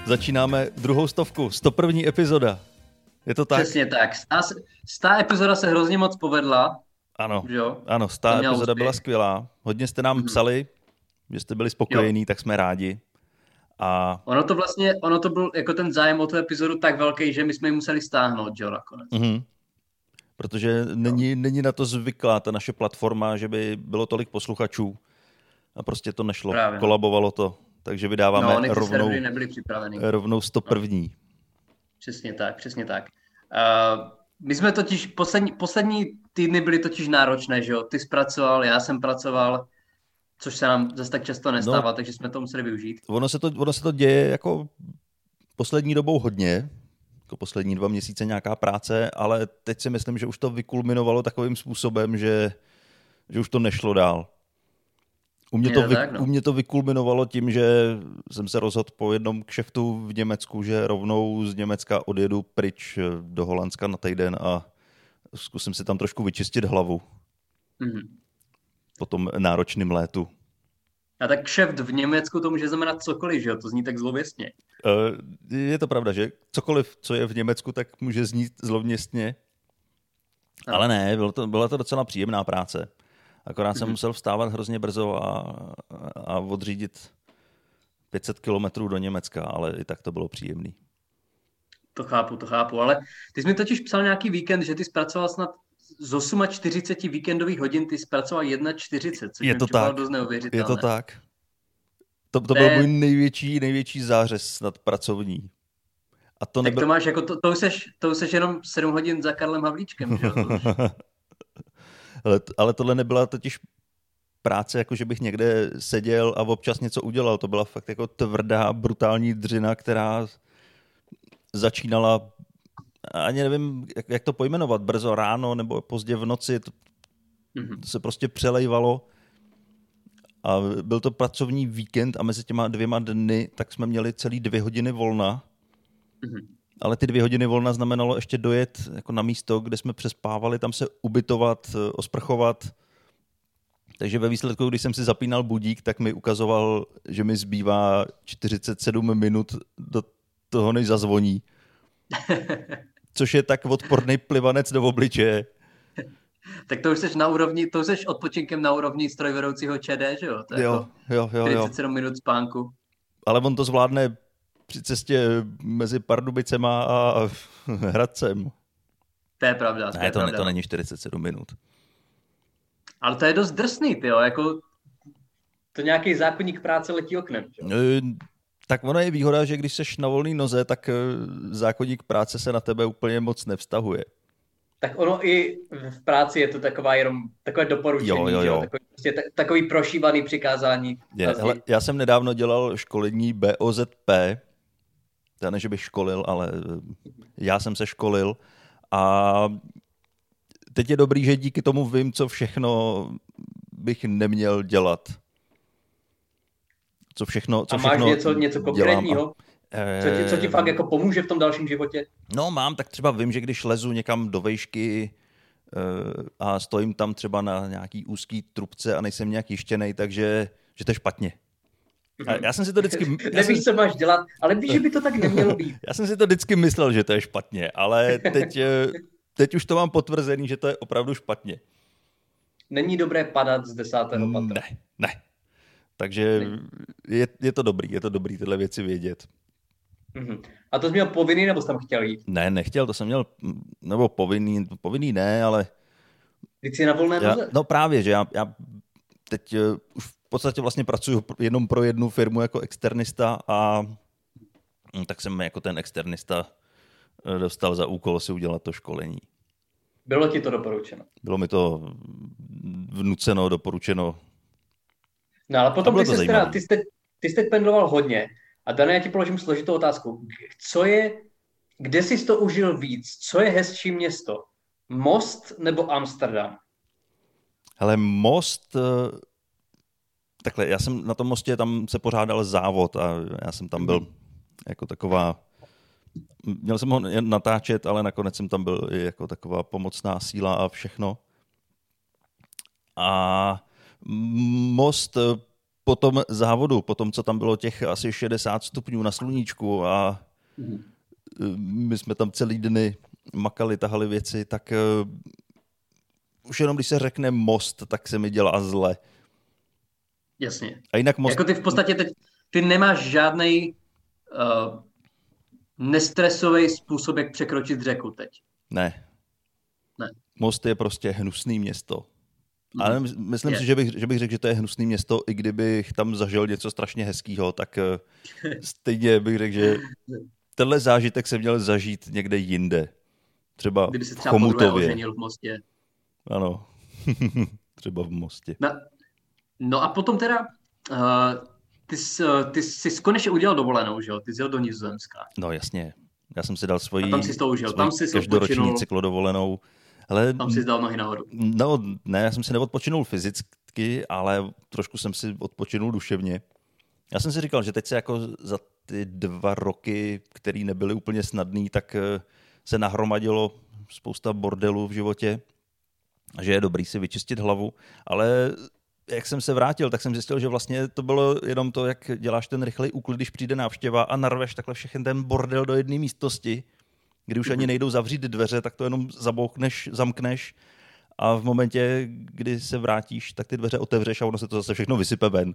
Začínáme druhou 101. epizoda. Je to tak? Přesně tak. 100. epizoda se hrozně moc povedla. Ano, Jo? ano, 100. epizoda byla skvělá. Hodně jste nám psali, že jste byli spokojení, tak jsme rádi. A Ono to byl jako ten zájem o tu epizodu tak velký, že my jsme ji museli stáhnout, jo, nakonec. Protože není na to zvyklá ta naše platforma, že by bylo tolik posluchačů a prostě to nešlo. Právě. Kolabovalo to, takže vydáváme rovnou 101. Přesně tak. My jsme totiž, poslední týdny byly totiž náročné, že jo? Ty jsi pracoval, já jsem pracoval, což se nám zase tak často nestává, takže jsme to museli využít. Ono se to děje jako poslední dobou hodně, jako poslední 2 měsíce nějaká práce, ale teď si myslím, že už to vykulminovalo takovým způsobem, že už to nešlo dál. U mě to vykulminovalo tím, že jsem se rozhodl po jednom kšeftu v Německu, že rovnou z Německa odjedu pryč do Holandska na týden a zkusím si tam trošku vyčistit hlavu. Po tom náročném létu. A tak kšeft v Německu to může znamenat cokoliv, že jo? To zní tak zlověstně. Je to pravda, že cokoliv, co je v Německu, tak může znít zlověstně. Ale ne, byla to docela příjemná práce. Akorát jsem musel vstávat hrozně brzo a odřídit 500 kilometrů do Německa, ale i tak to bylo příjemný. To chápu, ale ty jsi mi totiž psal nějaký víkend, že ty zpracoval snad z 48 víkendových hodin, ty zpracoval 41, což je to tak. Dost neuvěřitelné. Je to tak. To byl můj největší zářez snad pracovní. A to tak to máš jako, to seš jenom 7 hodin za Karlem Havlíčkem, že jo? Ale tohle nebyla totiž práce, jako že bych někde seděl a občas něco udělal. To byla fakt jako tvrdá, brutální dřina, která začínala, ani nevím, jak to pojmenovat, brzo ráno nebo pozdě v noci. To se prostě přelejvalo. A byl to pracovní víkend a mezi těma 2 dny tak jsme měli celý 2 hodiny volna. Ale ty 2 hodiny volna znamenalo ještě dojet jako na místo, kde jsme přespávali, tam se ubytovat, osprchovat. Takže ve výsledku, když jsem si zapínal budík, tak mi ukazoval, že mi zbývá 47 minut do toho, než zazvoní. Což je tak odporný plivanec do obličeje. Tak to už jsi odpočinkem na úrovni strojvedoucího ČD, že jo? To jo. 47 minut spánku. Ale on to zvládne při cestě mezi Pardubicema a Hradcem. To je pravda. Ne, to není 47 minut. Ale to je dost drsný, tyjo, jako to nějaký zákoník práce letí oknem. Tak ono je výhoda, že když seš na volné noze, tak zákoník práce se na tebe úplně moc nevztahuje. Tak ono i v práci je to takové doporučení, jo. Takový prošívaný přikázání. Hele, já jsem nedávno dělal školení BOZP, to ne, že bych školil, ale já jsem se školil a teď je dobrý, že díky tomu vím, co všechno bych neměl dělat. Co všechno máš něco konkrétního? Co ti fakt jako pomůže v tom dalším životě? No mám, tak třeba vím, že když lezu někam do vejšky a stojím tam třeba na nějaký úzký trubce a nejsem nějak jištěnej, takže že to je špatně. A já jsem si to vždycky... Nevíš, co máš dělat, ale víš, že by to tak nemělo být. Já jsem si to vždycky myslel, že to je špatně, ale teď už to mám potvrzený, že to je opravdu špatně. Není dobré padat z 10. patra. Ne. Takže je to dobrý tyhle věci vědět. A to jsi měl povinný, nebo jsi tam chtěl jít? Ne, nechtěl, to jsem měl, nebo povinný ne, ale... Teď jsi na volné noze? No právě, že já teď už v podstatě vlastně pracuji jenom pro jednu firmu jako externista a tak jsem jako ten externista dostal za úkol si udělat to školení. Bylo ti to doporučeno? Bylo mi to vnuceno, doporučeno. No ale potom ty jsi teď pendloval hodně. A Dane, já ti položím složitou otázku. Kde jsi to užil víc? Co je hezčí město? Most nebo Amsterdam? Hele, Most... Takhle, já jsem na tom Mostě, tam se pořádal závod a já jsem tam byl jako taková... Měl jsem ho natáčet, ale nakonec jsem tam byl i jako taková pomocná síla a všechno. A Most po tom závodu, po tom, co tam bylo těch asi 60 stupňů na sluníčku a my jsme tam celý dny makali, tahali věci, tak už jenom když se řekne most, tak se mi dělá zle. Jasně. A jinak most... Jako ty v podstatě teď, ty nemáš žádnej nestresový způsob, jak překročit řeku teď. Ne. Most je prostě hnusný město. Ale myslím si, že bych řekl, že to je hnusný město, i kdybych tam zažil něco strašně hezkýho, tak stejně bych řekl, že tenhle zážitek jsem měl zažít někde jinde. Třeba kdyby se v třeba Chomutově. Oženil v Mostě. Ano, třeba v Mostě. No a potom teda, ty jsi konečně udělal dovolenou, že jo? Ty jsi jel do Nizozemska. No jasně, já jsem si dal svoji každoroční cyklodovolenou. Hele, tam si dal nohy nahoru. No ne, já jsem si neodpočinul fyzicky, ale trošku jsem si odpočinul duševně. Já jsem si říkal, že teď se jako za ty 2 roky, které nebyly úplně snadný, tak se nahromadilo spousta bordelů v životě a že je dobrý si vyčistit hlavu, ale jak jsem se vrátil, tak jsem zjistil, že vlastně to bylo jenom to, jak děláš ten rychlej úklid, když přijde návštěva a narveš takhle všechny ten bordel do jedné místnosti, kdy už ani nejdou zavřít dveře, tak to jenom zabouchneš, zamkneš a v momentě, kdy se vrátíš, tak ty dveře otevřeš a ono se to zase všechno vysype ven.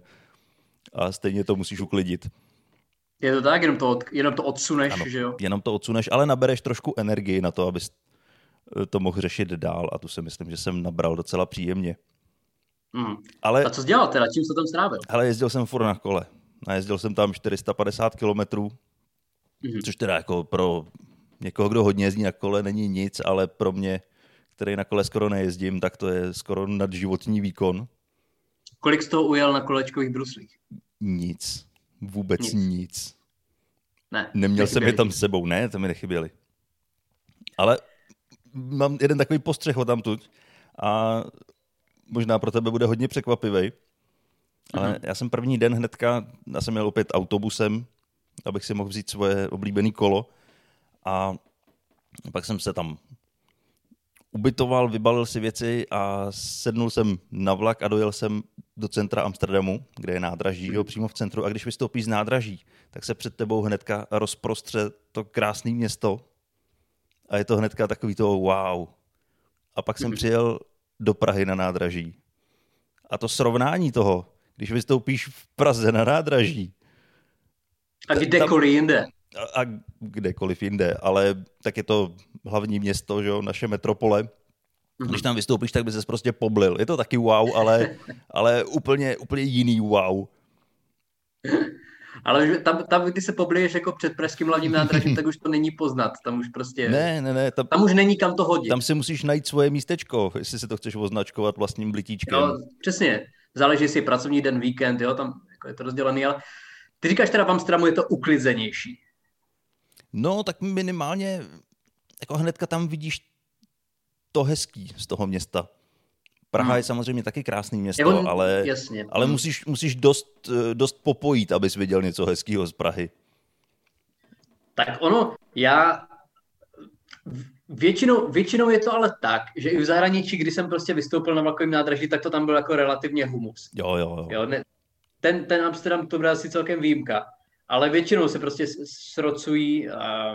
A stejně to musíš uklidit. Je to tak? Jenom to odsuneš, ano, že jo? Jenom to odsuneš, ale nabereš trošku energii na to, abys to mohl řešit dál a tu si myslím, že jsem nabral docela příjemně. Ale... A co jsi dělal teda? Čím jsi tam strávil? Hele, jezdil jsem furt na kole. Najezdil jsem tam 450 kilometrů, což teda jako pro někoho, kdo hodně jezdí na kole, není nic, ale pro mě, který na kole skoro nejezdím, tak to je skoro nadživotní výkon. Kolik z toho ujel na kolečkových bruslích? Nic. Vůbec nic. Ne, neměl jsem je tam s sebou. Ne, to mi nechyběly. Ale mám jeden takový postřeh odtamtud a možná pro tebe bude hodně překvapivý. Ale já jsem první den hnedka, já jsem měl opět autobusem, abych si mohl vzít svoje oblíbené kolo a pak jsem se tam ubytoval, vybalil si věci a sednul jsem na vlak a dojel jsem do centra Amsterdamu, kde je nádraží, jo, přímo v centru. A když vystoupíš z nádraží, tak se před tebou hnedka rozprostře to krásné město a je to hnedka takový to wow. A pak jsem přijel do Prahy na nádraží. A to srovnání toho, když vystoupíš v Praze na nádraží. A kdekoliv jinde. A kdekoliv jinde, ale tak je to hlavní město, že jo, naše metropole. Když tam vystoupíš, tak by ses prostě poblil. Je to taky wow, ale úplně jiný wow. Ale tam když se poblíješ jako před pražským hlavním nádražím, tak už to není poznat. Tam už prostě... Ne. Tam už není kam to hodit. Tam si musíš najít svoje místečko, jestli si to chceš označkovat vlastním blitíčkem. Jo, přesně. Záleží si pracovní den, víkend, jo, tam jako je to rozdělený, ale ty říkáš teda v Amsterdamu je to uklizenější. No, tak minimálně jako hnedka tam vidíš to hezký z toho města. Praha je samozřejmě taky krásný město, ale musíš dost popojít, abys viděl něco hezkýho z Prahy. Tak většinou je to ale tak, že i v zahraničí, když jsem prostě vystoupil na vlakovém nádraží, tak to tam bylo jako relativně humus. Jo. Ten Amsterdam to byla asi celkem výjimka, ale většinou se prostě srocují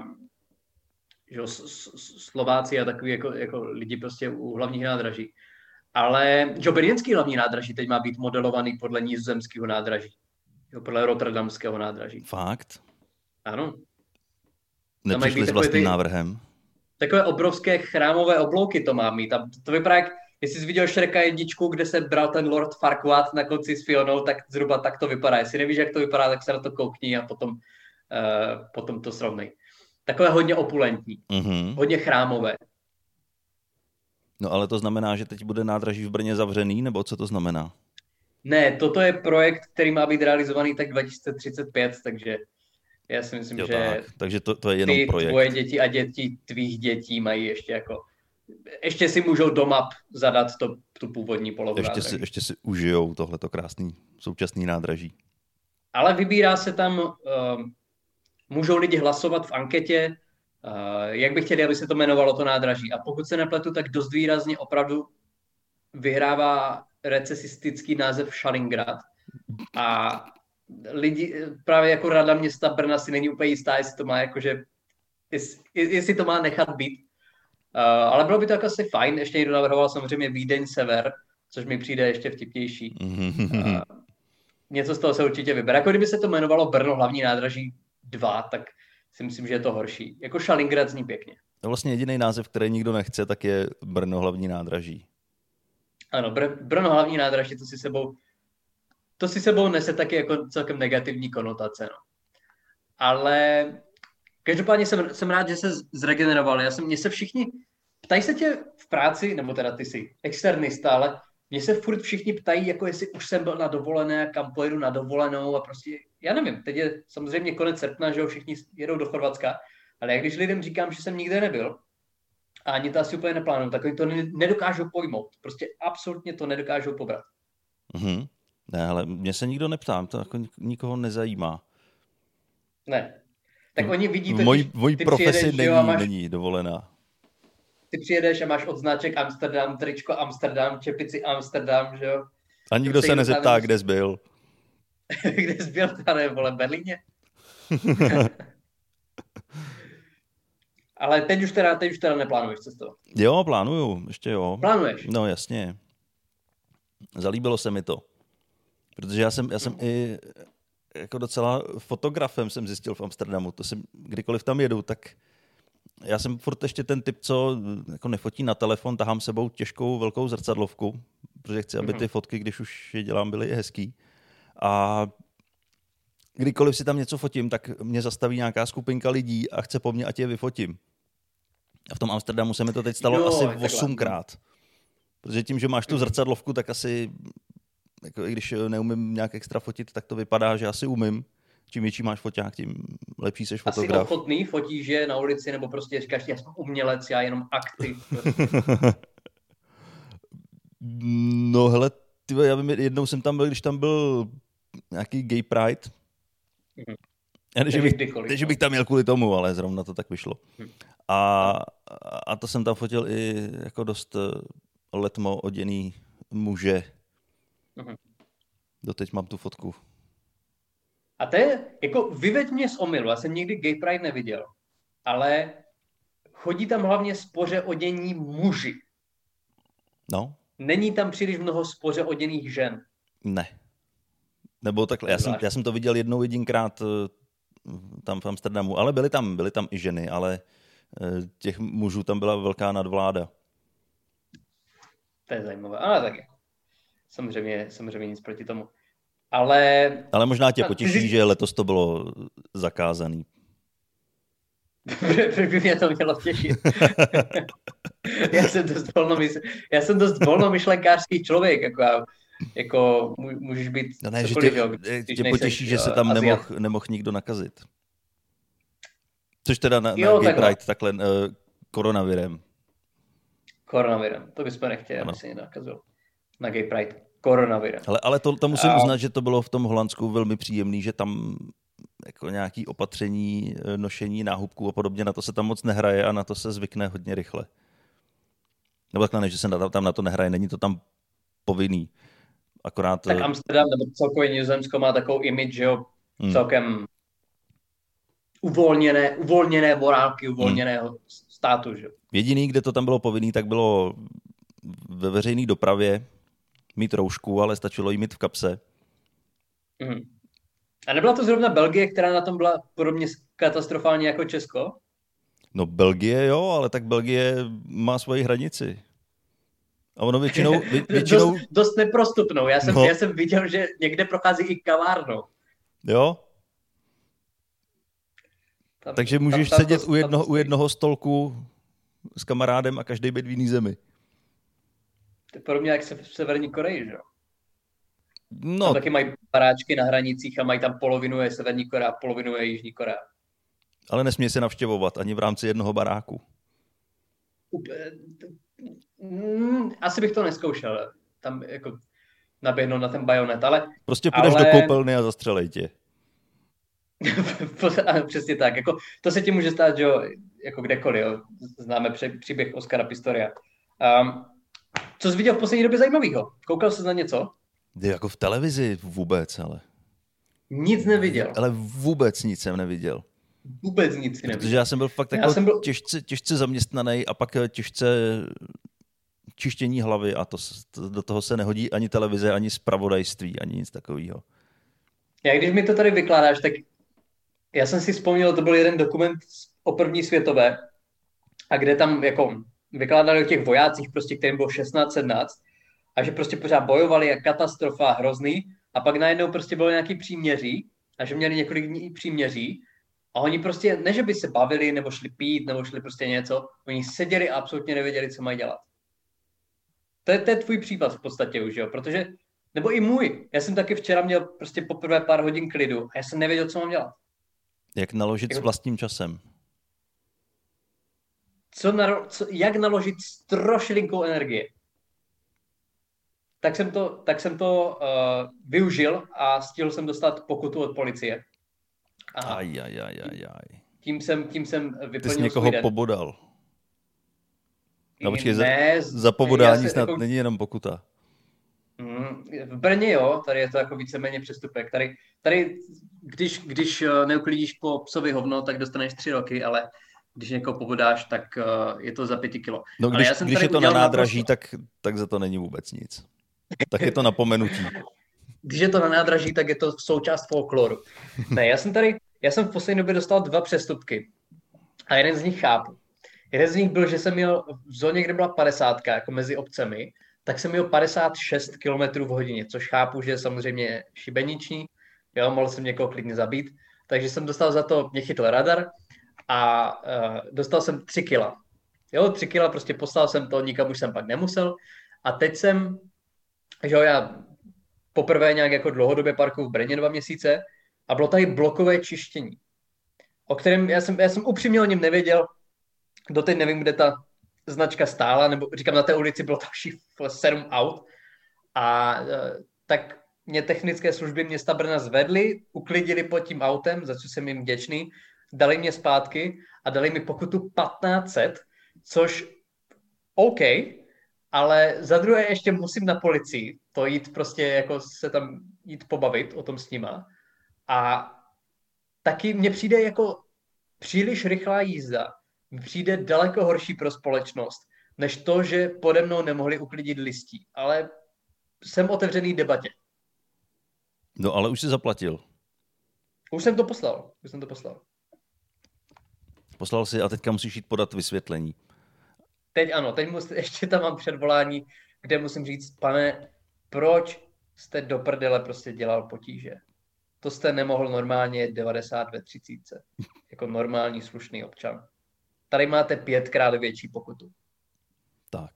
Slováci a takový jako lidi prostě u hlavních nádraží. Ale brněnský hlavní nádraží teď má být modelovaný podle nizozemského nádraží. Podle rotterdamského nádraží. Fakt? Ano. Nepřišli s vlastním návrhem? Takové obrovské chrámové oblouky to má mít. A to vypadá, jak jestli jsi viděl Shreka 1, kde se bral ten Lord Farquaad na konci s Fionou, tak zhruba tak to vypadá. Jestli nevíš, jak to vypadá, tak se na to koukni a potom to srovnej. Takové hodně opulentní. Hodně chrámové. No ale to znamená, že teď bude nádraží v Brně zavřený, nebo co to znamená? Ne, toto je projekt, který má být realizovaný tak 2035, takže já si myslím, že tak. Takže to je jenom projekt. Tvoje děti a děti tvých dětí mají ještě si můžou doma zadat tu původní polohu nádraží. Ještě si užijou tohleto krásný současný nádraží. Ale vybírá se tam, můžou lidi hlasovat v anketě, jak by chtěli, aby se to jmenovalo to nádraží. A pokud se nepletu, tak dost výrazně opravdu vyhrává recesistický název Stalingrad, A lidi, právě jako rada města Brna si není úplně jistá, jestli to má jakože, jestli to má nechat být. Ale bylo by to jako asi fajn, ještě někdo navrhoval samozřejmě Vídeň Sever, což mi přijde ještě vtipnější. Něco z toho se určitě vybere. Jako kdyby se to jmenovalo Brno hlavní nádraží 2, tak si myslím, že je to horší. Jako Šalingrad zní pěkně. Vlastně jediný název, který nikdo nechce, tak je Brno hlavní nádraží. Ano, Brno hlavní nádraží, to si sebou nese taky jako celkem negativní konotace. No. Ale každopádně jsem rád, že se zregeneroval. Mně se všichni, ptají se tě v práci, nebo teda ty jsi externista, ale mně se furt všichni ptají, jako jestli už jsem byl na dovolené, kam pojedu na dovolenou a prostě, já nevím, teď je samozřejmě konec srpna, že jo, všichni jedou do Chorvatska, ale jak když lidem říkám, že jsem nikde nebyl a ani to asi úplně neplánuju, tak oni to nedokážou pojmout. Prostě absolutně to nedokážou pobrat. Ne, ale mě se nikdo neptá, to jako nikoho nezajímá. Ne. Tak oni vidí to, Mojí profesi není dovolená. Ty přijedeš a máš odznáček Amsterdam, tričko Amsterdam, čepici Amsterdam, že jo? A nikdo se nezeptá, kde jsi byl. Kde jsi byl, tady vole, Berlíně? Ale teď už teda neplánuješ cestovat. Jo, plánuju, ještě jo. Plánuješ? No jasně. Zalíbilo se mi to. Protože já jsem i jako docela fotografem jsem zjistil v Amsterdamu. To jsem, kdykoliv tam jedu, tak já jsem furt ještě ten typ, co jako nefotí na telefon, tahám sebou těžkou velkou zrcadlovku, protože chci, aby ty fotky, když už je dělám, byly hezký. A kdykoliv si tam něco fotím, tak mě zastaví nějaká skupinka lidí a chce po mně, ať je vyfotím. A v tom Amsterdamu se mi to teď stalo asi 8krát. Protože tím, že máš tu zrcadlovku, tak asi, jako i když neumím nějak extra fotit, tak to vypadá, že asi umím. Čím větší máš foťák, tím lepší seš fotograf. Asi ochotný fotíš je na ulici, nebo prostě říkáš, já jsem umělec, já jenom akty. No hele, já vím, jednou jsem tam byl, když tam byl nějaký gay pride. Že bych tam měl kvůli tomu, ale zrovna to tak vyšlo. A to jsem tam fotil i jako dost letmo oděný muže. Doteď mám tu fotku. A to je, jako vyveď mě z omylu, já jsem nikdy gay pride neviděl, ale chodí tam hlavně spoře odění muži. No. Není tam příliš mnoho spoře oděných žen. Ne. Nebo takhle, já jsem to viděl jedinkrát tam v Amsterdamu, ale byly tam i ženy, ale těch mužů tam byla velká nadvláda. To je zajímavé, ale taky. Samozřejmě nic proti tomu. Ale možná tě potěší, že letos to bylo zakázaný. By mě to mělo těšit. Já jsem dost volnomyšlenkářský člověk. Jako můžeš být cokoliv. Tě potěší, že se tam nemohl nikdo nakazit. Což teda na Gay Pride takhle koronavirem. Koronavirem, to bychom nechtěli, aby se někdo nakazil. Na Gay Pride. Koronavirem. Ale to musím uznat, že to bylo v tom Holandsku velmi příjemný, že tam jako nějaký opatření, nošení náhubků a podobně, na to se tam moc nehraje a na to se zvykne hodně rychle. Nebo takhle ne, že se tam na to nehraje, není to tam povinný. Akorát... Tak Amsterdam nebo celkově Nizozemsko má takovou image, že jo, celkem uvolněné morálky, uvolněného státu, že jo. Jediný, kde to tam bylo povinný, tak bylo ve veřejné dopravě mít roušku, ale stačilo jí mít v kapse. A nebyla to zrovna Belgie, která na tom byla podobně katastrofálně jako Česko? No Belgie jo, ale tak Belgie má svoji hranici. A ono většinou... dost neprostupnou. Já jsem viděl, že někde prochází i kavárnou. Jo? Takže můžeš sedět u jednoho stolku s kamarádem a každý být v jiný zemi. To je podobně jak v Severní Koreji, že jo? No. Tam taky mají baráčky na hranicích a mají tam polovinu je Severní Korea, polovinu je Jižní Korea. Ale nesmí se navštěvovat ani v rámci jednoho baráku. Asi bych to neskoušel. Tam jako naběhnout na ten bajonet, ale... Prostě půjdeš do koupelny a zastřelej tě. Přesně tak. Jako, to se ti může stát, že jo, jako kdekoliv. Jo. Známe příběh Oscara Pistoria. Co jsi viděl v poslední době zajímavého? Koukal jsi na něco? Jako v televizi vůbec, ale. Nic neviděl. Ale vůbec nic jsem neviděl. Vůbec nic neviděl. Protože já jsem byl fakt jako těžce zaměstnaný a pak těžce čištění hlavy a do toho se nehodí ani televize, ani zpravodajství, ani nic takového. Já když mi to tady vykládáš, tak já jsem si vzpomněl, to byl jeden dokument o první světové a kde tam jako vykládali o těch vojácích, prostě, kterým bylo 16-17 a že prostě pořád bojovali a katastrofa hrozný a pak najednou prostě bylo nějaký příměří a že měli několik dní příměří a oni prostě, ne že by se bavili nebo šli pít nebo šli prostě něco, oni seděli a absolutně nevěděli, co mají dělat. To je tvůj případ v podstatě už, jo, protože, nebo i můj, já jsem taky včera měl prostě poprvé pár hodin klidu a já jsem nevěděl, co mám dělat. Jak naložit s vlastním časem? Jak naložit s trošilinkou energie? Tak jsem to využil a stihl jsem dostat pokutu od policie. Tím jsem vyplnil. Ty jsi někoho pobodal. No počkej, za pobodání snad jako, není jenom pokuta. V Brně jo, tady je to jako víceméně přestupek. Tady když neuklidíš po psovi hovno, tak dostaneš 3 roky, ale když někoho pobodáš, tak je to za 5 kilo. No když je to na nádraží, tak za to není vůbec nic. Tak je to napomenutí. Když je to na nádraží, tak je to součást folkloru. Ne, já jsem v poslední době dostal 2 přestupky. A jeden z nich chápu. Jeden z nich byl, že jsem měl v zóně, kde byla 50, jako mezi obcemi, tak jsem měl 56 km v hodině, což chápu, že je samozřejmě šibeniční. Jo, mohl jsem někoho klidně zabít. Takže jsem dostal za to, mě chytl radar a dostal jsem 3 kila. Jo, 3 kila, prostě poslal jsem to, nikam už jsem pak nemusel. A teď jsem, že jo, já poprvé nějak jako dlouhodobě parkuju v Brně 2 měsíce a bylo tady blokové čištění, o kterém já jsem upřímně o něm nevěděl, doteď nevím, kde ta značka stála, nebo říkám, na té ulici bylo další 7 aut a tak mě technické služby města Brna zvedly, uklidili pod tím autem, za co jsem jim vděčný, dali mě zpátky a dali mi pokutu 1500, což OK, ale za druhé ještě musím na policii to jít prostě jako se tam jít pobavit o tom s nima. A taky mně přijde jako příliš rychlá jízda. Přijde daleko horší pro společnost, než to, že pode mnou nemohli uklidit listí. Ale jsem otevřený debatě. No ale už jsi zaplatil. Už jsem to poslal. Poslal jsi a teďka musíš jít podat vysvětlení. Teď ano, ještě tam mám předvolání, kde musím říct, pane, proč jste do prdele prostě dělal potíže? To jste nemohl normálně 90 ve 30. Jako normální slušný občan. Tady máte 5krát větší pokutu. Tak.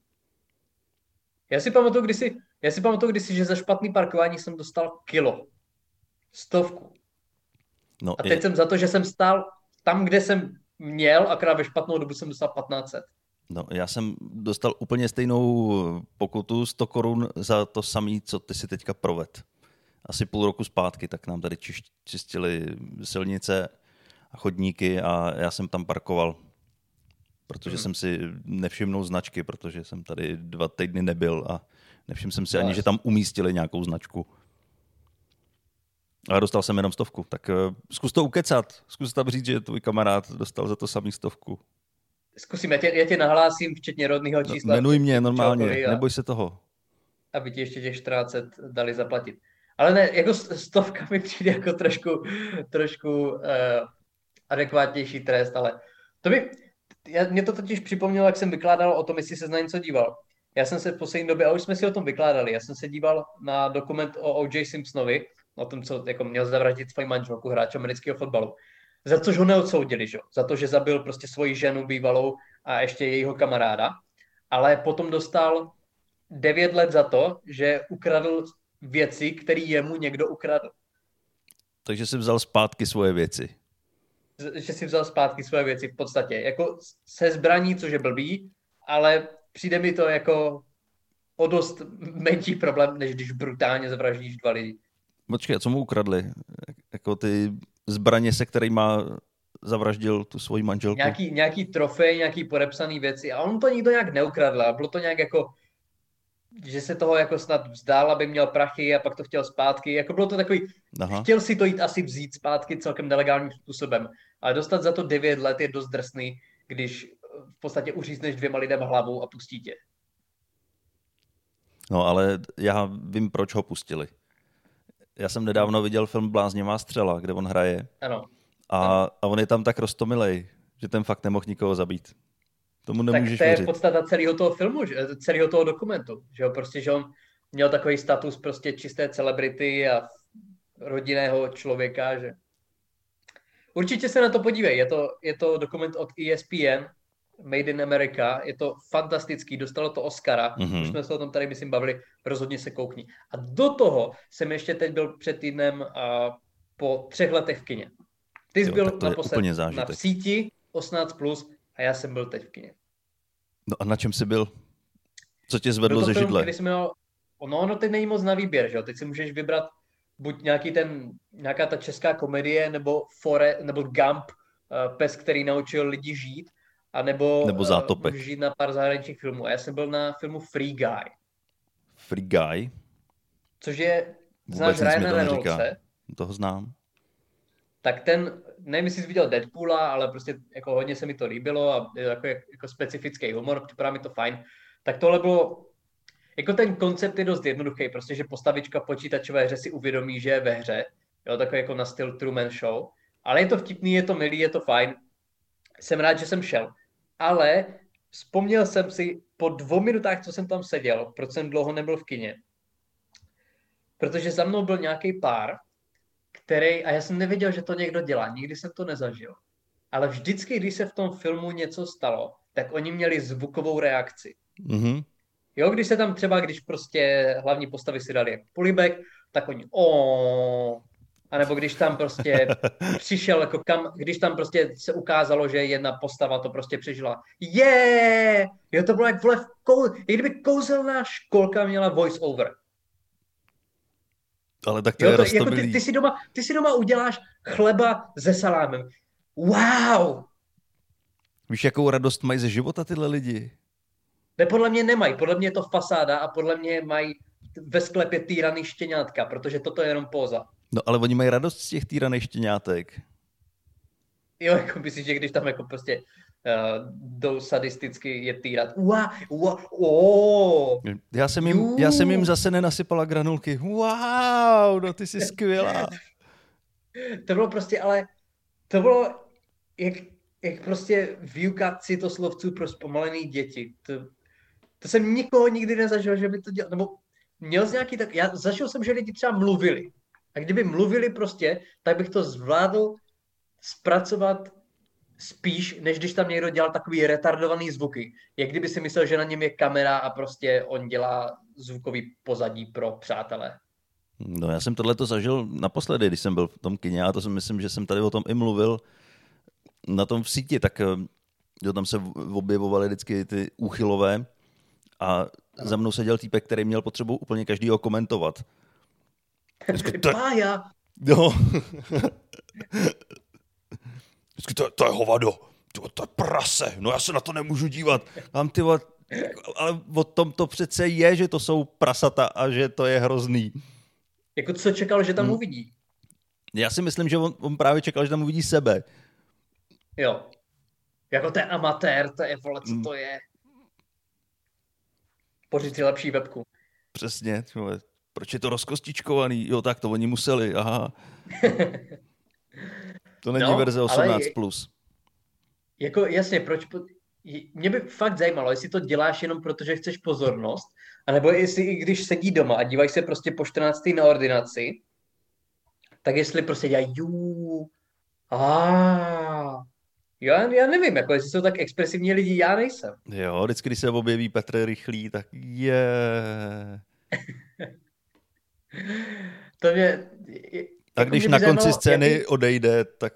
Já si pamatuju kdysi, že za špatný parkování jsem dostal kilo. 100. No, a teď jsem za to, že jsem stál tam, kde jsem měl, akorát ve špatnou dobu jsem dostal 1500. No, já jsem dostal úplně stejnou pokutu, 100 korun za to samé, co ty si teďka proved. Asi půl roku zpátky, tak nám tady čistili silnice a chodníky a já jsem tam parkoval, protože jsem si nevšimnul značky, protože jsem tady 2 týdny nebyl a nevšiml jsem si ani, že tam umístili nějakou značku. Ale dostal jsem jenom 100, tak zkus to ukecat, zkus tam říct, že tvůj kamarád dostal za to samý 100. Zkusím, já tě nahlásím, včetně rodného čísla. Jmenuj mě normálně, neboj se toho. Aby ti ještě těch 14 dali zaplatit. Ale ne, jako 100 mi přijde jako trošku adekvátnější trest, ale mě to totiž připomnělo, jak jsem vykládal o tom, jestli se na něco díval. Já jsem se v poslední době, a už jsme si o tom vykládali, já jsem se díval na dokument o O.J. Simpsonovi, o tom, co jako měl zavraždit svoji manželku, hráče amerického fotbalu. Za což ho neodsoudili, že? Za to, že zabil prostě svoji ženu bývalou a ještě jejího kamaráda. Ale potom dostal 9 let za to, že ukradl věci, které jemu někdo ukradl. Takže si vzal zpátky svoje věci. Že si vzal zpátky svoje věci v podstatě. Jako se zbraní, což je blbý, ale přijde mi to jako o dost menší problém, než když brutálně zavraždíš 2 lidi. Počkej, a co mu ukradli? Jako ty zbraně, se kterýma zavraždil tu svoji manželku? Nějaký trofej, nějaký podepsaný věci. A on to nikdo nějak neukradl. A bylo to nějak jako že se toho jako snad vzdál, aby měl prachy a pak to chtěl zpátky. Jako bylo to takový, chtěl si to jít asi vzít zpátky celkem nelegálním způsobem. Ale dostat za to 9 let je dost drsný, když v podstatě uřízneš 2 lidem hlavou a pustí tě. No ale já vím, proč ho pustili. Já jsem nedávno viděl film Bláznivá střela, kde on hraje. Ano. A on je tam tak roztomilej, že ten fakt nemohl nikoho zabít. Tomu nemůžeš tak to věřit. je podstata celého toho filmu, celého toho dokumentu. Že, prostě, že on měl takový status prostě čisté celebrity a rodinného člověka. Že... Určitě se na to podívej. Je to dokument od ESPN, Made in America. Je to fantastický, dostalo to Oscara. Už jsme se o tom tady, myslím, bavili. Rozhodně se koukni. A do toho jsem ještě teď byl před týdnem po 3 letech v kině. Ty jsi byl naposled na síti 18+, a já jsem byl teď v kině. No a na čem jsi byl? Co tě zvedlo ze židle? No, teď není moc na výběr, že jo? Teď si můžeš vybrat buď nějaká ta česká komedie, nebo Gump, pes, který naučil lidi žít, nebo Zátopek. Můžeš žít na pár zahraničních filmů. A já jsem byl na filmu Free Guy. Free Guy? Což je, znáš Ryana Reynoldse? Toho znám. Tak ten, nevím, jestli jsi viděl Deadpoola, ale prostě jako hodně se mi to líbilo a je jako specifický humor, připadá mi to fajn. Tak tohle bylo, jako ten koncept je dost jednoduchý, prostě, že postavička v počítačové hře si uvědomí, že je ve hře, jo, takový jako na styl Truman Show, ale je to vtipný, je to milý, je to fajn. Jsem rád, že jsem šel. Ale vzpomněl jsem si po 2 minutách, co jsem tam seděl, proč jsem dlouho nebyl v kině. Protože za mnou byl nějaký pár, a já jsem nevěděl, že to někdo dělá, nikdy jsem to nezažil. Ale vždycky, když se v tom filmu něco stalo, tak oni měli zvukovou reakci. Mm-hmm. Jo, když prostě hlavní postavy si dali jako polibek, tak oni a nebo když tam prostě přišel, když tam prostě se ukázalo, že jedna postava to prostě přežila. Jo, to bylo jak i kdyby kouzelná školka měla voice over. Ale tak to je roztomilý. Jako ty si doma uděláš chleba se salámem. Wow! Víš, jakou radost mají ze života tyhle lidi? Ne, podle mě nemají. Podle mě je to fasáda a podle mě mají ve sklepě týraný štěňátka, protože toto je jenom póza. No, ale oni mají radost z těch týraných štěňátek. Jo, jako myslíš, že když tam jako prostě jdou sadisticky je týrat. Já jsem jim zase nenasypala granulky. Wow, no ty jsi skvělá. To bylo prostě, ale to bylo jak prostě výuka citoslovců pro zpomalený děti. To jsem nikoho nikdy nezažil, že by to dělal. Nebo měl z nějaký tak... Já zažil jsem, že lidi třeba mluvili. A kdyby mluvili prostě, tak bych to zvládl zpracovat spíš, než když tam někdo dělal takový retardovaný zvuky. Jak kdyby si myslel, že na něm je kamera a prostě on dělá zvukový pozadí pro přátelé. No já jsem tohleto zažil naposledy, když jsem byl v tom kině, a to si myslím, že jsem tady o tom i mluvil na tom v síti, tak jo, tam se objevovaly vždycky ty úchylové a za mnou seděl týpek, který měl potřebu úplně každýho komentovat. Pája! Jo. To je hovado, to je prase, no já se na to nemůžu dívat. Ale o tom to přece je, že to jsou prasata a že to je hrozný. Jako co čekal, že tam uvidí? Já si myslím, že on právě čekal, že tam uvidí sebe. Jo. Jako ten amatér, to je, vole, co to je? Pořiď si lepší webku. Přesně, proč je to rozkostičkovaný? Jo, tak to oni museli, aha. To není verze 18+. Plus. Jako jasně, proč... Mě by fakt zajímalo, jestli to děláš jenom proto, že chceš pozornost, anebo jestli i když sedí doma a dívají se prostě po 14. na ordinaci, tak jestli prostě dělají já nevím, jako jestli jsou tak expresivní lidi, já nejsem. Jo, vždycky, když se objeví Petr Rychlý, tak To mě... A když na konci scény odejde, tak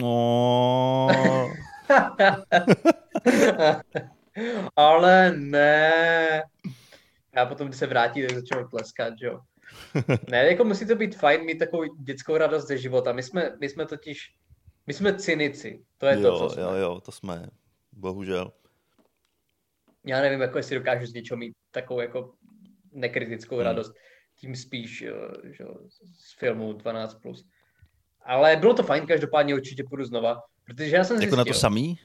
Ale ne. Já potom, když se vrátí, tak začnu tleskat, jo. Ne, jako musí to být fajn mít takovou dětskou radost ze života. My jsme cynici. To je to, co jsme. Jo, to jsme. Bohužel. Já nevím, jako jestli dokážu z něčeho mít takovou jako nekritickou radost, tím spíš že, z filmu 12+. Ale bylo to fajn, každopádně určitě půjdu znova, protože já jsem zjistil... Jako na to samý?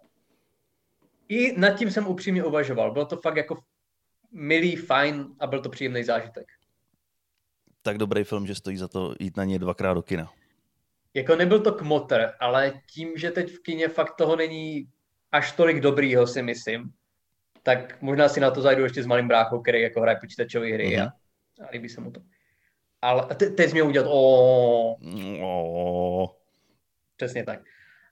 I nad tím jsem upřímně uvažoval. Bylo to fakt jako milý, fajn a byl to příjemný zážitek. Tak dobrý film, že stojí za to jít na něj 2krát do kina. Jako nebyl to kmotr, ale tím, že teď v kině fakt toho není až tolik dobrýho, si myslím, tak možná si na to zajdu ještě s malým bráchou, který jako hraje počítačové hry a líbí se mu to. Ale teď jsi měl udělat Přesně tak.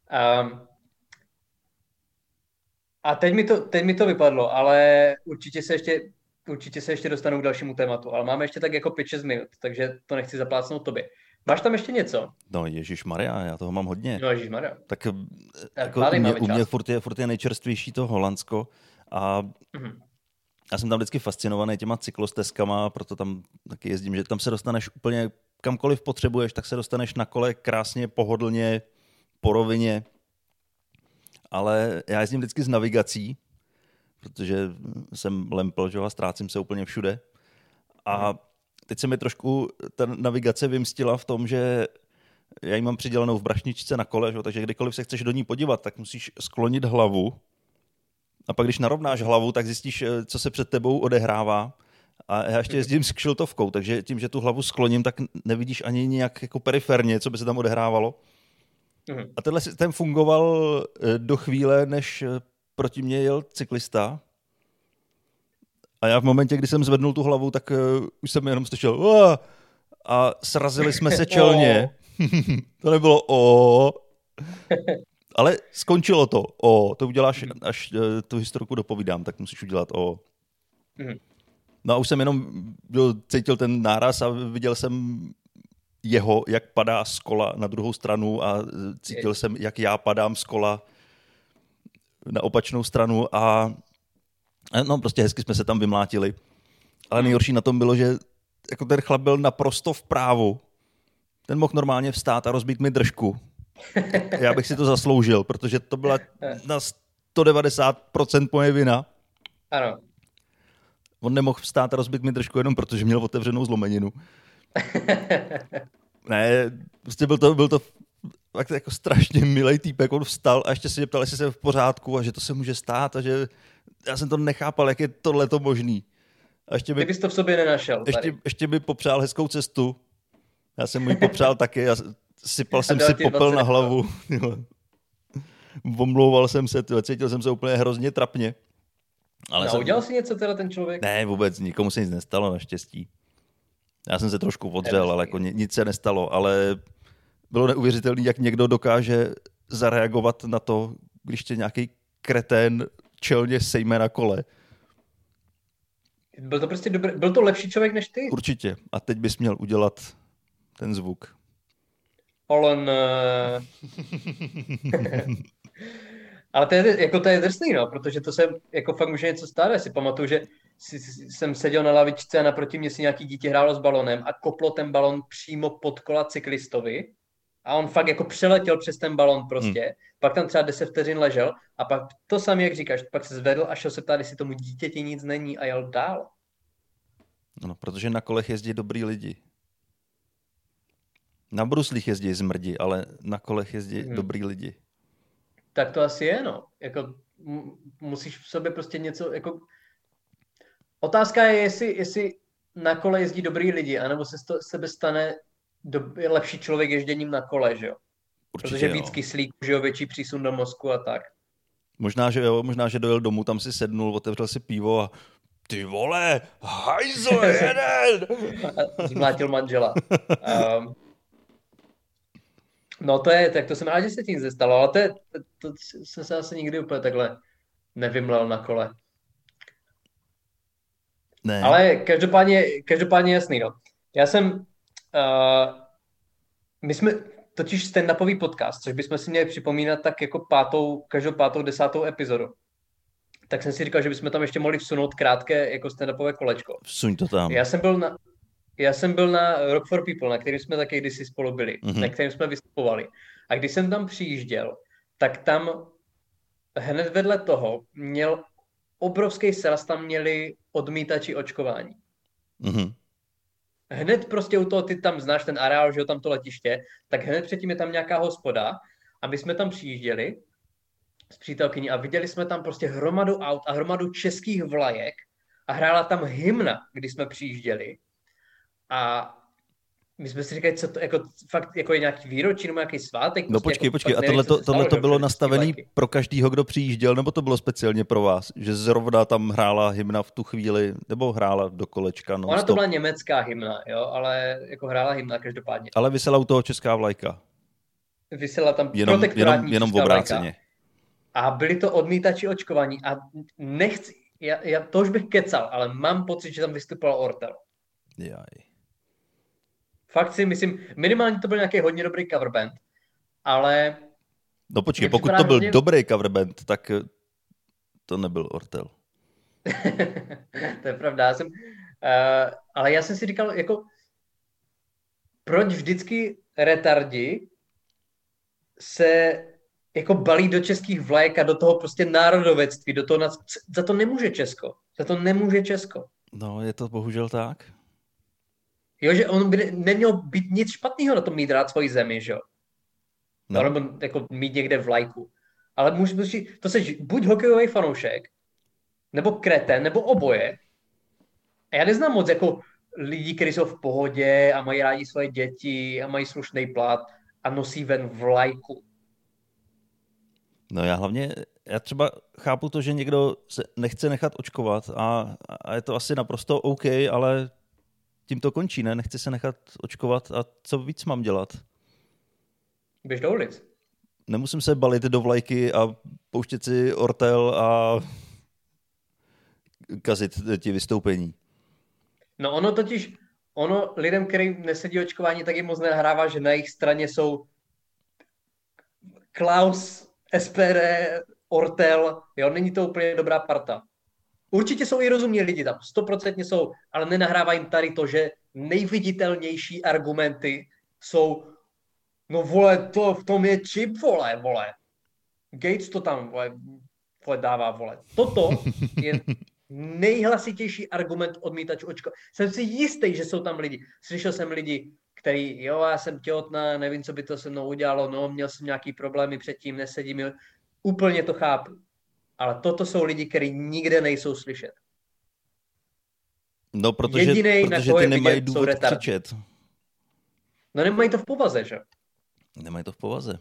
A teď mi to vypadlo, ale určitě se ještě dostanu k dalšímu tématu, ale máme ještě tak jako 5-6 minut, takže to nechci zaplácnout tobě. Máš tam ještě něco? No ježišmarja, já toho mám hodně. No ježišmarja. Tak jako u mě furt je nejčerstvější to Holandsko a já jsem tam vždycky fascinovaný těma cyklostezkama, proto tam taky jezdím, že tam se dostaneš úplně kamkoliv potřebuješ, tak se dostaneš na kole krásně, pohodlně, po rovině. Ale já jezdím vždycky s navigací, protože jsem lempl, že a ztrácím se úplně všude. A teď se mi trošku ta navigace vymstila v tom, že já ji mám přidělenou v brašničce na kole, že? Takže kdykoliv se chceš do ní podívat, tak musíš sklonit hlavu. A pak když narovnáš hlavu, tak zjistíš, co se před tebou odehrává. A já ještě jezdím s kšiltovkou, takže tím, že tu hlavu skloním, tak nevidíš ani nějak jako periferně, co by se tam odehrávalo. A tenhle systém fungoval do chvíle, než proti mně jel cyklista. A já v momentě, kdy jsem zvednul tu hlavu, tak už jsem jenom slyšel a srazili jsme se čelně. To nebylo ale skončilo to. To uděláš, až tu historku dopovídám, tak musíš udělat No a už jsem jenom cítil ten náraz a viděl jsem jeho, jak padá z kola na druhou stranu a cítil jsem, jak já padám z kola na opačnou stranu a no prostě hezky jsme se tam vymlátili. Ale nejhorší na tom bylo, že jako ten chlap byl naprosto v právu. Ten mohl normálně vstát a rozbít mi držku. Já bych si to zasloužil, protože to byla na 190% moje vina. Ano. On nemohl vstát a rozbít mi držku jenom protože měl otevřenou zlomeninu. Ne, prostě byl to fakt jako strašně milej týpek, on vstal a ještě se mě ptal, jestli jsem v pořádku a že to se může stát a že já jsem to nechápal, jak je tohleto možný. A ještě ty bys to v sobě nenašel. Ještě by popřál hezkou cestu. Já jsem mu ji popřál taky a sypal jsem si popel na hlavu. Omlouval jsem se, cítil jsem se úplně hrozně trapně. Ale udělal jsi něco teda ten člověk? Ne, vůbec, nikomu se nic nestalo naštěstí. Já jsem se trošku odřel, ale jako nic se nestalo, ale bylo neuvěřitelné, jak někdo dokáže zareagovat na to, když tě nějaký kretén čelně sejme na kole. Byl to prostě dobrý, byl to lepší člověk než ty? Určitě. A teď bys měl udělat ten zvuk. Ale Ale to je drsný, no, protože to se jako fakt může něco stát. Já si pamatuju, že jsem seděl na lavičce a naproti mě si nějaký dítě hrálo s balonem a koplo ten balon přímo pod kola cyklistovi a on fakt jako přeletěl přes ten balon prostě. Pak tam třeba 10 vteřin ležel a pak to samé, jak říkáš, pak se zvedl a šel se ptát, jestli tomu dítěti nic není a jel dál. No, protože na kolech jezdí dobrý lidi. Na bruslích jezdí zmrdi, ale na kolech jezdí dobrý lidi. Tak to asi je, no. Jako, musíš v sobě prostě něco, jako... Otázka je, jestli na kole jezdí dobrý lidi, anebo se z sebe stane lepší člověk ježděním na kole, že jo? Určitě, protože víc kyslíku, že jo, větší přísun do mozku a tak. Možná, že jo, možná, že dojel domů, tam si sednul, otevřel si pivo a ty vole, hajzl jeden! Zmlátil manžela. No tak to jsem rád, že se tím nestalo, ale to jsem se asi nikdy úplně takhle nevymlel na kole. Ne. Ale každopádně jasný, no. Já jsem, my jsme totiž stand-upový podcast, což bychom si měli připomínat tak jako každou pátou, 10. epizodu. Tak jsem si říkal, že bychom tam ještě mohli vsunout krátké jako stand-upové kolečko. Vsuň to tam. Já jsem byl na Rock for People, na kterým jsme taky kdysi spolu byli, na kterým jsme vystupovali. A když jsem tam přijížděl, tak tam hned vedle toho měl obrovský sraz, tam měli odmítači očkování. Mm-hmm. Hned prostě u toho, ty tam znáš ten areál, že jo, tam to letiště, tak hned předtím je tam nějaká hospoda a my jsme tam přijížděli s přítelkyní a viděli jsme tam prostě hromadu aut a hromadu českých vlajek a hrála tam hymna, když jsme přijížděli. A my jsme si říkali, co to jako, fakt jako je nějaký výročí nebo nějaký svátek. No prostě počkej, jako, a tohle to bylo nastavené pro každýho, kdo přijížděl, nebo to bylo speciálně pro vás? Že zrovna tam hrála hymna v tu chvíli, nebo hrála do kolečka? Ona to byla německá hymna, jo, ale jako hrála hymna každopádně. Ale visela u toho česká vlajka. Vysela tam jenom v obráceně. A byli to odmítači očkování a nechci, já to už bych kecal, ale mám pocit, že tam vystupoval Ortel. Jaj. Fakt si myslím, minimálně to byl nějaký hodně dobrý coverband, ale... No počkej, pokud to byl dobrý coverband, tak to nebyl Ortel. To je pravda, ale já jsem si říkal, jako proč vždycky retardi se jako balí do českých vlajek a do toho prostě národovectví, do toho za to nemůže Česko. No, je to bohužel tak. Jo, že on by neměl být nic špatného na tom mít rád svoji zemi, že jo? No. Nebo jako mít někde vlajku. Ale to seš buď hokejový fanoušek, nebo kreten, nebo oboje. A já neznám moc jako lidí, kteří jsou v pohodě a mají rádi svoje děti a mají slušný plat a nosí ven vlajku. No já třeba chápu to, že někdo se nechce nechat očkovat a je to asi naprosto OK, ale tím to končí, ne? Nechci se nechat očkovat a co víc mám dělat? Běž do ulic. Nemusím se balit do vlajky a pouštět si Ortel a kazit ti vystoupení. No ono lidem, kterým nesedí očkování, tak jim moc nenahrává, že na jejich straně jsou Klaus, SPD, Ortel, jo, není to úplně dobrá parta. Určitě jsou i rozumní lidi tam, 100% jsou, ale nenahrává jim tady to, že nejviditelnější argumenty jsou, no vole, to v tom je čip, vole. Gates to tam, vole dává, vole. Toto je nejhlasitější argument odmítačů očkování. Jsem si jistý, že jsou tam lidi. Slyšel jsem lidi, který, jo, já jsem těhotná, nevím, co by to se mnou udělalo, no, měl jsem nějaký problémy předtím, nesedím, úplně to chápu. Ale toto jsou lidi, kteří nikde nejsou slyšet. No, protože ty nemají důvod křičet. No, nemají to v povaze, že? Nemají to v povaze.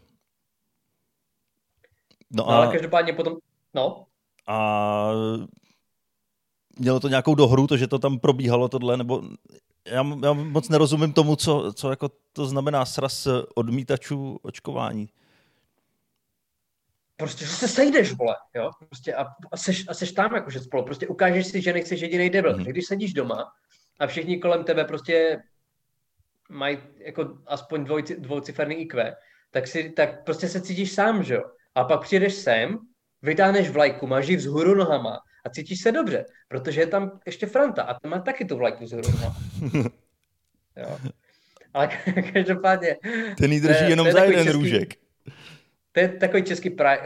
No ale každopádně potom, no. A mělo to nějakou dohru, to, že to tam probíhalo tohle, nebo já moc nerozumím tomu, co jako to znamená sraz odmítačů očkování. Prostě, že se sejdeš, vole, jo, prostě a seš tam jakože spolu, prostě ukážeš si, že nejseš jedinej debil. Když sedíš doma a všichni kolem tebe prostě mají jako aspoň dvouciferný IQ, tak prostě se cítíš sám, že jo. A pak přijedeš sem, vytáhneš vlajku, máš ji vzhůru nohama a cítíš se dobře, protože je tam ještě Franta a ten má taky tu vlajku vzhůru nohama. Jo. Ale každopádně... Ten jí drží jenom za jeden růžek. To je takový český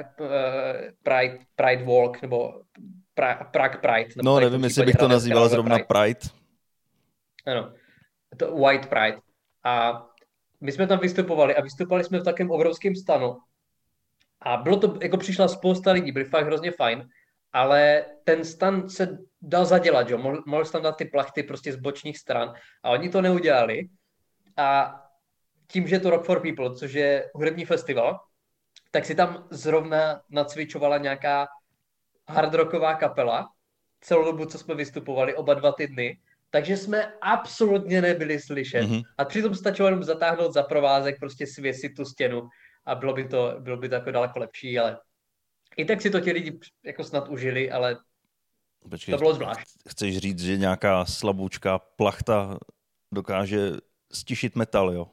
Pride Walk, nebo Prague Pride. Nebo no, nevím, jestli bych to nazýval zrovna Pride. Ano, to White Pride. A my jsme tam vystupovali jsme v takovém obrovském stanu. A bylo to, jako přišla spousta lidí, byli fakt hrozně fajn, ale ten stan se dal zadělat, jo? Mohl tam dát ty plachty prostě z bočních stran a oni to neudělali. A tím, že je to Rock for People, což je hudební festival, tak si tam zrovna nacvičovala nějaká hardrocková kapela celou dobu, co jsme vystupovali, oba 2 týdny, takže jsme absolutně nebyli slyšet. Mm-hmm. A přitom stačilo jenom zatáhnout za provázek, prostě svěsit tu stěnu a bylo by to jako daleko lepší, ale i tak si to ti lidi jako snad užili, ale počkej, to bylo zvlášť. Chceš říct, že nějaká slaboučká plachta dokáže stišit metal, jo?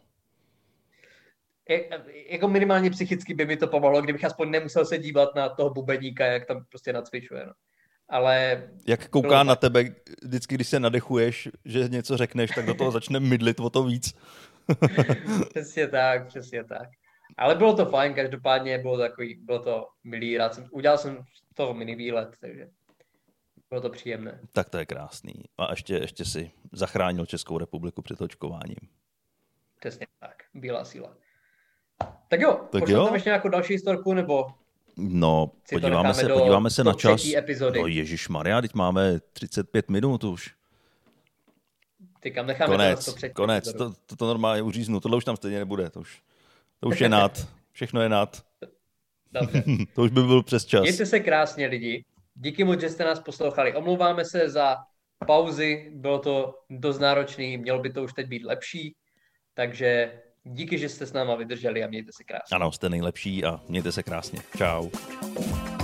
Jako minimálně psychicky by mi to pomohlo, kdybych aspoň nemusel se dívat na toho bubeníka, jak tam prostě nacvičuje. No. Ale... Jak kouká na tebe, vždycky, když se nadechuješ, že něco řekneš, tak do toho začne mydlit o to víc. Přesně tak. Ale bylo to fajn, každopádně bylo to milý, udělal jsem z toho mini výlet, takže Bylo to příjemné. Tak to je krásný. A ještě si zachránil Českou republiku před očkováním. Přesně tak. Bílá síla. Tak jo, pošlete tam ještě nějakou další historku, nebo... No, podíváme se na čas. Epizody. No ježišmarja, teď máme 35 minut už. Tykam, necháme konec. To normálně uříznu. Tohle už tam stejně nebude. To už je nad. Všechno je nad. Dobře. To už by byl přes čas. Mějte se krásně, lidi. Díky moc, že jste nás poslouchali. Omlouváme se za pauzy. Bylo to dost náročný. Mělo by to už teď být lepší. Takže díky, že jste s náma vydrželi a mějte se krásně. Ano, jste nejlepší a mějte se krásně. Čau.